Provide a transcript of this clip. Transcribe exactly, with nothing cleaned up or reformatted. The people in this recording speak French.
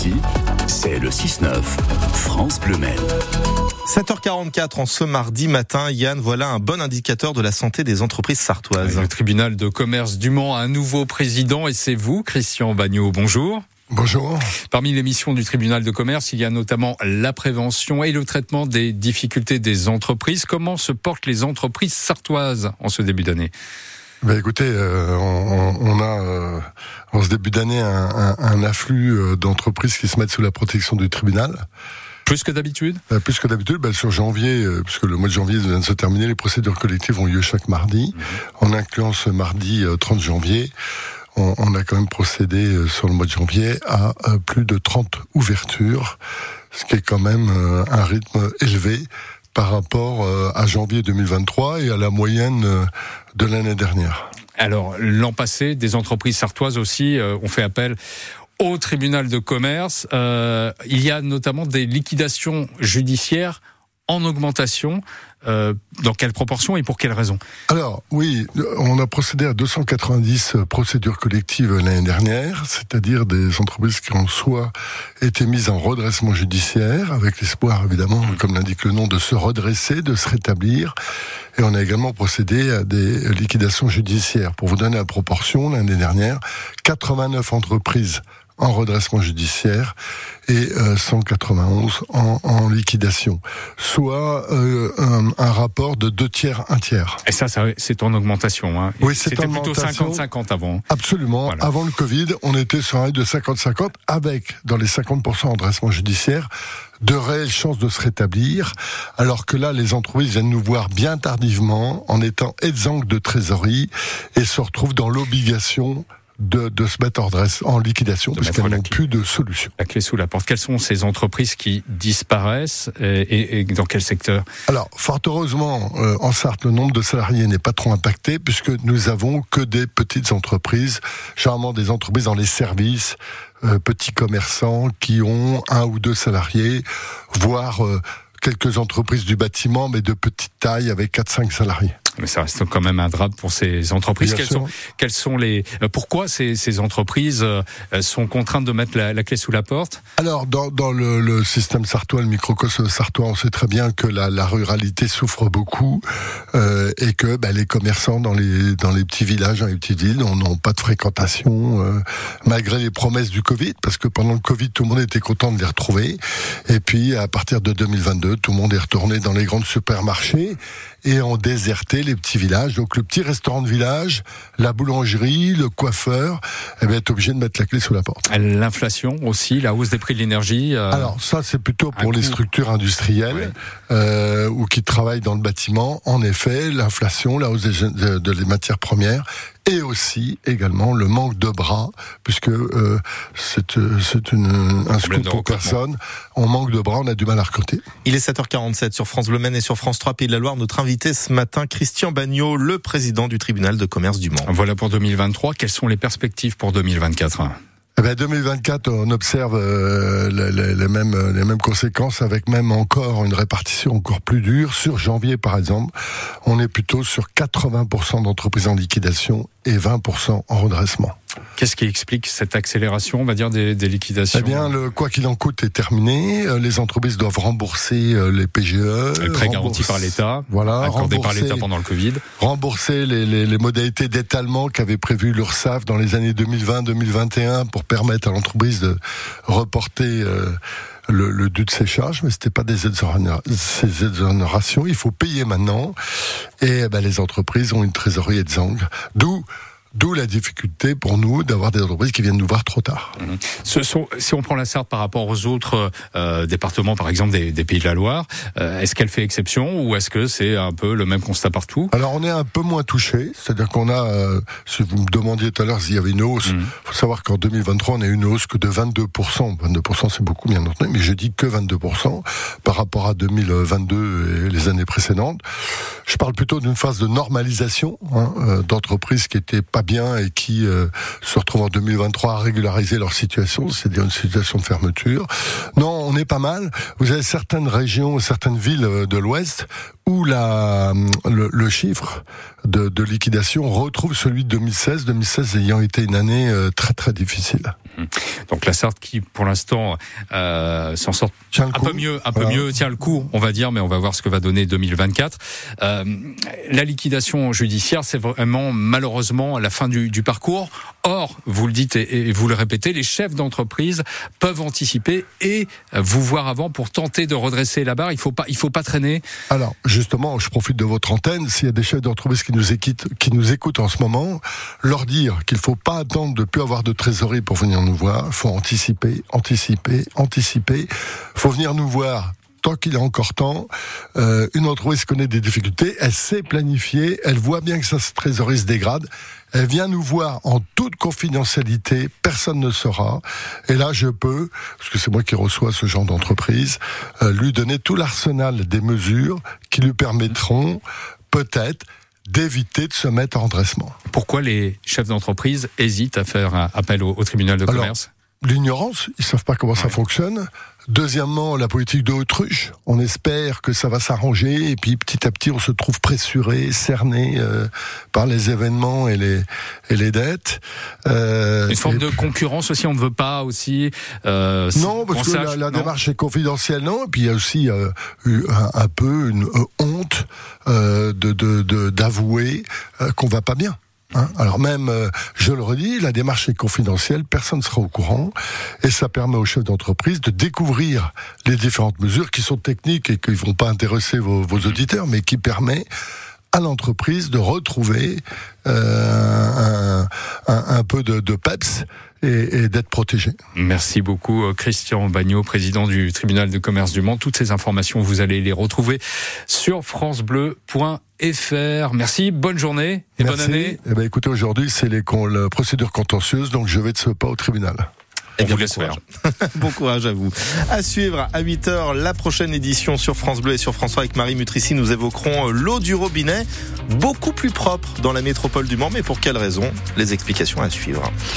Ici, c'est le six neuf, France Bleu Maine. sept heures quarante-quatre en ce mardi matin, Yann, voilà un bon indicateur de la santé des entreprises sartoises. Le tribunal de commerce du Mans a un nouveau président et c'est vous, Christian Bagnaud. Bonjour. Bonjour. Parmi les missions du tribunal de commerce, il y a notamment la prévention et le traitement des difficultés des entreprises. Comment se portent les entreprises sartoises en ce début d'année ? Ben écoutez, euh, on, on a euh, en ce début d'année un, un, un afflux d'entreprises qui se mettent sous la protection du tribunal. Plus que d'habitude euh, Plus que d'habitude, ben sur janvier, euh, puisque le mois de janvier vient de se terminer, les procédures collectives ont lieu chaque mardi. Mmh. En incluant ce mardi euh, trente janvier, on, on a quand même procédé euh, sur le mois de janvier à euh, plus de trente ouvertures, ce qui est quand même euh, un rythme élevé par rapport euh, à janvier deux mille vingt-trois et à la moyenne euh, de l'année dernière. Alors, l'an passé, des entreprises sartoises aussi euh, ont fait appel au tribunal de commerce. Euh, il y a notamment des liquidations judiciaires en augmentation. Euh, dans quelle proportion et pour quelles raisons ? Alors, oui, on a procédé à deux cent quatre-vingt-dix procédures collectives l'année dernière, c'est-à-dire des entreprises qui ont soit été mises en redressement judiciaire, avec l'espoir, évidemment, comme l'indique le nom, de se redresser, de se rétablir. Et on a également procédé à des liquidations judiciaires. Pour vous donner la proportion, l'année dernière, quatre-vingt-neuf entreprises en redressement judiciaire et euh, cent quatre-vingt-onze en, en liquidation, soit euh, un, un rapport de deux tiers, un tiers. Et ça, ça c'est en augmentation. Hein. Oui, c'est C'était en plutôt augmentation. cinquante cinquante avant. Absolument. Voilà. Avant le Covid, on était sur un rythme de cinquante cinquante, avec, dans les cinquante pour cent en redressement judiciaire, de réelles chances de se rétablir, alors que là, les entreprises viennent nous voir bien tardivement, en étant exsangues de trésorerie, et se retrouvent dans l'obligation De, de se mettre en, dresse, en liquidation, de parce qu'elles n'ont plus de solution. La clé sous la porte. Quelles sont ces entreprises qui disparaissent et, et, et dans quel secteur ? Alors, fort heureusement, euh, en Sarthe, le nombre de salariés n'est pas trop impacté, puisque nous avons que des petites entreprises, généralement des entreprises dans les services, euh, petits commerçants qui ont un ou deux salariés, voire euh, quelques entreprises du bâtiment, mais de petite taille, avec quatre à cinq salariés. Mais ça reste quand même un drame pour ces entreprises. Quelles sont, quelles sont les, pourquoi ces, ces entreprises euh, sont contraintes de mettre la, la clé sous la porte ? Alors, dans, dans le, le système sartois, le microcosme sartois, on sait très bien que la, la ruralité souffre beaucoup euh, et que bah, les commerçants dans les, dans les petits villages, dans les petites villes, n'ont pas de fréquentation, euh, malgré les promesses du Covid, parce que pendant le Covid, tout le monde était content de les retrouver. Et puis, à partir de deux mille vingt-deux, tout le monde est retourné dans les grands supermarchés et ont déserté les petits villages. Donc le petit restaurant de village, la boulangerie, le coiffeur, eh bien, est obligé de mettre la clé sous la porte. L'inflation aussi, la hausse des prix de l'énergie. Euh, Alors ça, c'est plutôt pour les coup. structures industrielles ouais. euh, ou qui travaillent dans le bâtiment. En effet, l'inflation, la hausse des, de, de les matières premières, et aussi également le manque de bras, puisque euh, c'est, c'est une, un scoop pour personne. On manque de bras, on a du mal à recruter. Il est sept heures quarante-sept sur France Bleu Maine et sur France trois Pays de la Loire. Notre invité ce matin, Christian Bagnaud, le président du tribunal de commerce du Mans. Voilà pour deux mille vingt-trois. Quelles sont les perspectives pour deux mille vingt-quatre ? Eh ben deux mille vingt-quatre, on observe euh, les, les, les mêmes les mêmes conséquences, avec même encore une répartition encore plus dure. Sur janvier, par exemple, on est plutôt sur quatre-vingts pour cent d'entreprises en liquidation et vingt pour cent en redressement. Qu'est-ce qui explique cette accélération, on va dire, des, des liquidations ? Eh bien, le quoi qu'il en coûte est terminé. Les entreprises doivent rembourser les P G E. Les prêts garantis par l'État, voilà, accordés par l'État pendant le Covid. Rembourser les, les, les modalités d'étalement qu'avait prévu l'URSSAF dans les années deux mille vingt deux mille vingt et un pour permettre à l'entreprise de reporter euh, le, le dû de ses charges, mais c'était pas des exonérations. Il faut payer maintenant. Et ben, les entreprises ont une trésorerie exsangue. D'où D'où la difficulté pour nous d'avoir des entreprises qui viennent nous voir trop tard. Mmh. Ce sont, si on prend la Sarthe par rapport aux autres euh, départements, par exemple des, des Pays de la Loire, euh, est-ce qu'elle fait exception ou est-ce que c'est un peu le même constat partout ? Alors on est un peu moins touché, c'est-à-dire qu'on a, euh, si vous me demandiez tout à l'heure s'il y avait une hausse, il mmh. faut savoir qu'en deux mille vingt-trois on a eu une hausse que de vingt-deux pour cent. vingt-deux pour cent c'est beaucoup bien entendu, mais je dis que vingt-deux pour cent par rapport à deux mille vingt-deux et les années précédentes. Je parle plutôt d'une phase de normalisation hein, euh, d'entreprises qui n'étaient pas pas bien et qui euh, se retrouvent en deux mille vingt-trois à régulariser leur situation, c'est-à-dire une situation de fermeture. Non, on est pas mal. Vous avez certaines régions, certaines villes de l'Ouest où la, le, le chiffre de, de liquidation retrouve celui de deux mille seize, deux mille seize ayant été une année euh, très très difficile. Donc la Sarthe qui, pour l'instant, euh, s'en sort un coup. peu mieux, un voilà. peu mieux, tient le coup, on va dire, mais on va voir ce que va donner deux mille vingt-quatre. Euh, la liquidation judiciaire, c'est vraiment malheureusement la fin du, du parcours. Or, vous le dites et, et vous le répétez, les chefs d'entreprise peuvent anticiper et vous voir avant pour tenter de redresser la barre. Il faut pas, il faut pas traîner. Alors, justement, je profite de votre antenne. S'il y a des chefs d'entreprise qui nous écoutent, qui nous écoutent en ce moment, leur dire qu'il faut pas attendre de ne plus avoir de trésorerie pour venir nous voir. Il faut anticiper, anticiper, anticiper. Il faut venir nous voir tant qu'il est encore temps. Euh, une entreprise connaît des difficultés, elle sait planifier, elle voit bien que sa trésorerie se dégrade. Elle vient nous voir en toute confidentialité, personne ne saura. Et là, je peux, parce que c'est moi qui reçois ce genre d'entreprise, euh, lui donner tout l'arsenal des mesures qui lui permettront peut-être d'éviter de se mettre en redressement. Pourquoi les chefs d'entreprise hésitent à faire un appel au, au tribunal de commerce ? Alors, l'ignorance, ils savent pas comment ouais. ça fonctionne. Deuxièmement, la politique de l'autruche. On espère que ça va s'arranger et puis petit à petit, on se trouve pressuré, cerné euh, par les événements et les et les dettes. Euh, Une forme et... de concurrence aussi. On ne veut pas aussi. Euh, non, parce que sache, la, la non. démarche est confidentielle, non. Et puis il y a aussi euh, un, un peu une euh, honte euh, de, de, de d'avouer euh, qu'on va pas bien. Hein, alors même, euh, je le redis, la démarche est confidentielle, personne ne sera au courant, et ça permet aux chefs d'entreprise de découvrir les différentes mesures qui sont techniques et qui ne vont pas intéresser vos, vos auditeurs, mais qui permet à l'entreprise de retrouver euh, un, un, un peu de, de peps et, et d'être protégé. Merci beaucoup Christian Bagnot, président du tribunal de commerce du Mans. Toutes ces informations, vous allez les retrouver sur francebleu point f r. Merci, bonne journée et Merci. Bonne année. Eh ben, écoutez, aujourd'hui c'est les la procédure contentieuse, donc je vais de ce pas au tribunal. On vous laisse faire. Bon courage à vous. À suivre à huit heures, la prochaine édition sur France Bleu et sur France trois avec Marie Mutrici. Nous évoquerons l'eau du robinet, beaucoup plus propre dans la métropole du Mans. Mais pour quelle raison ? Les explications à suivre.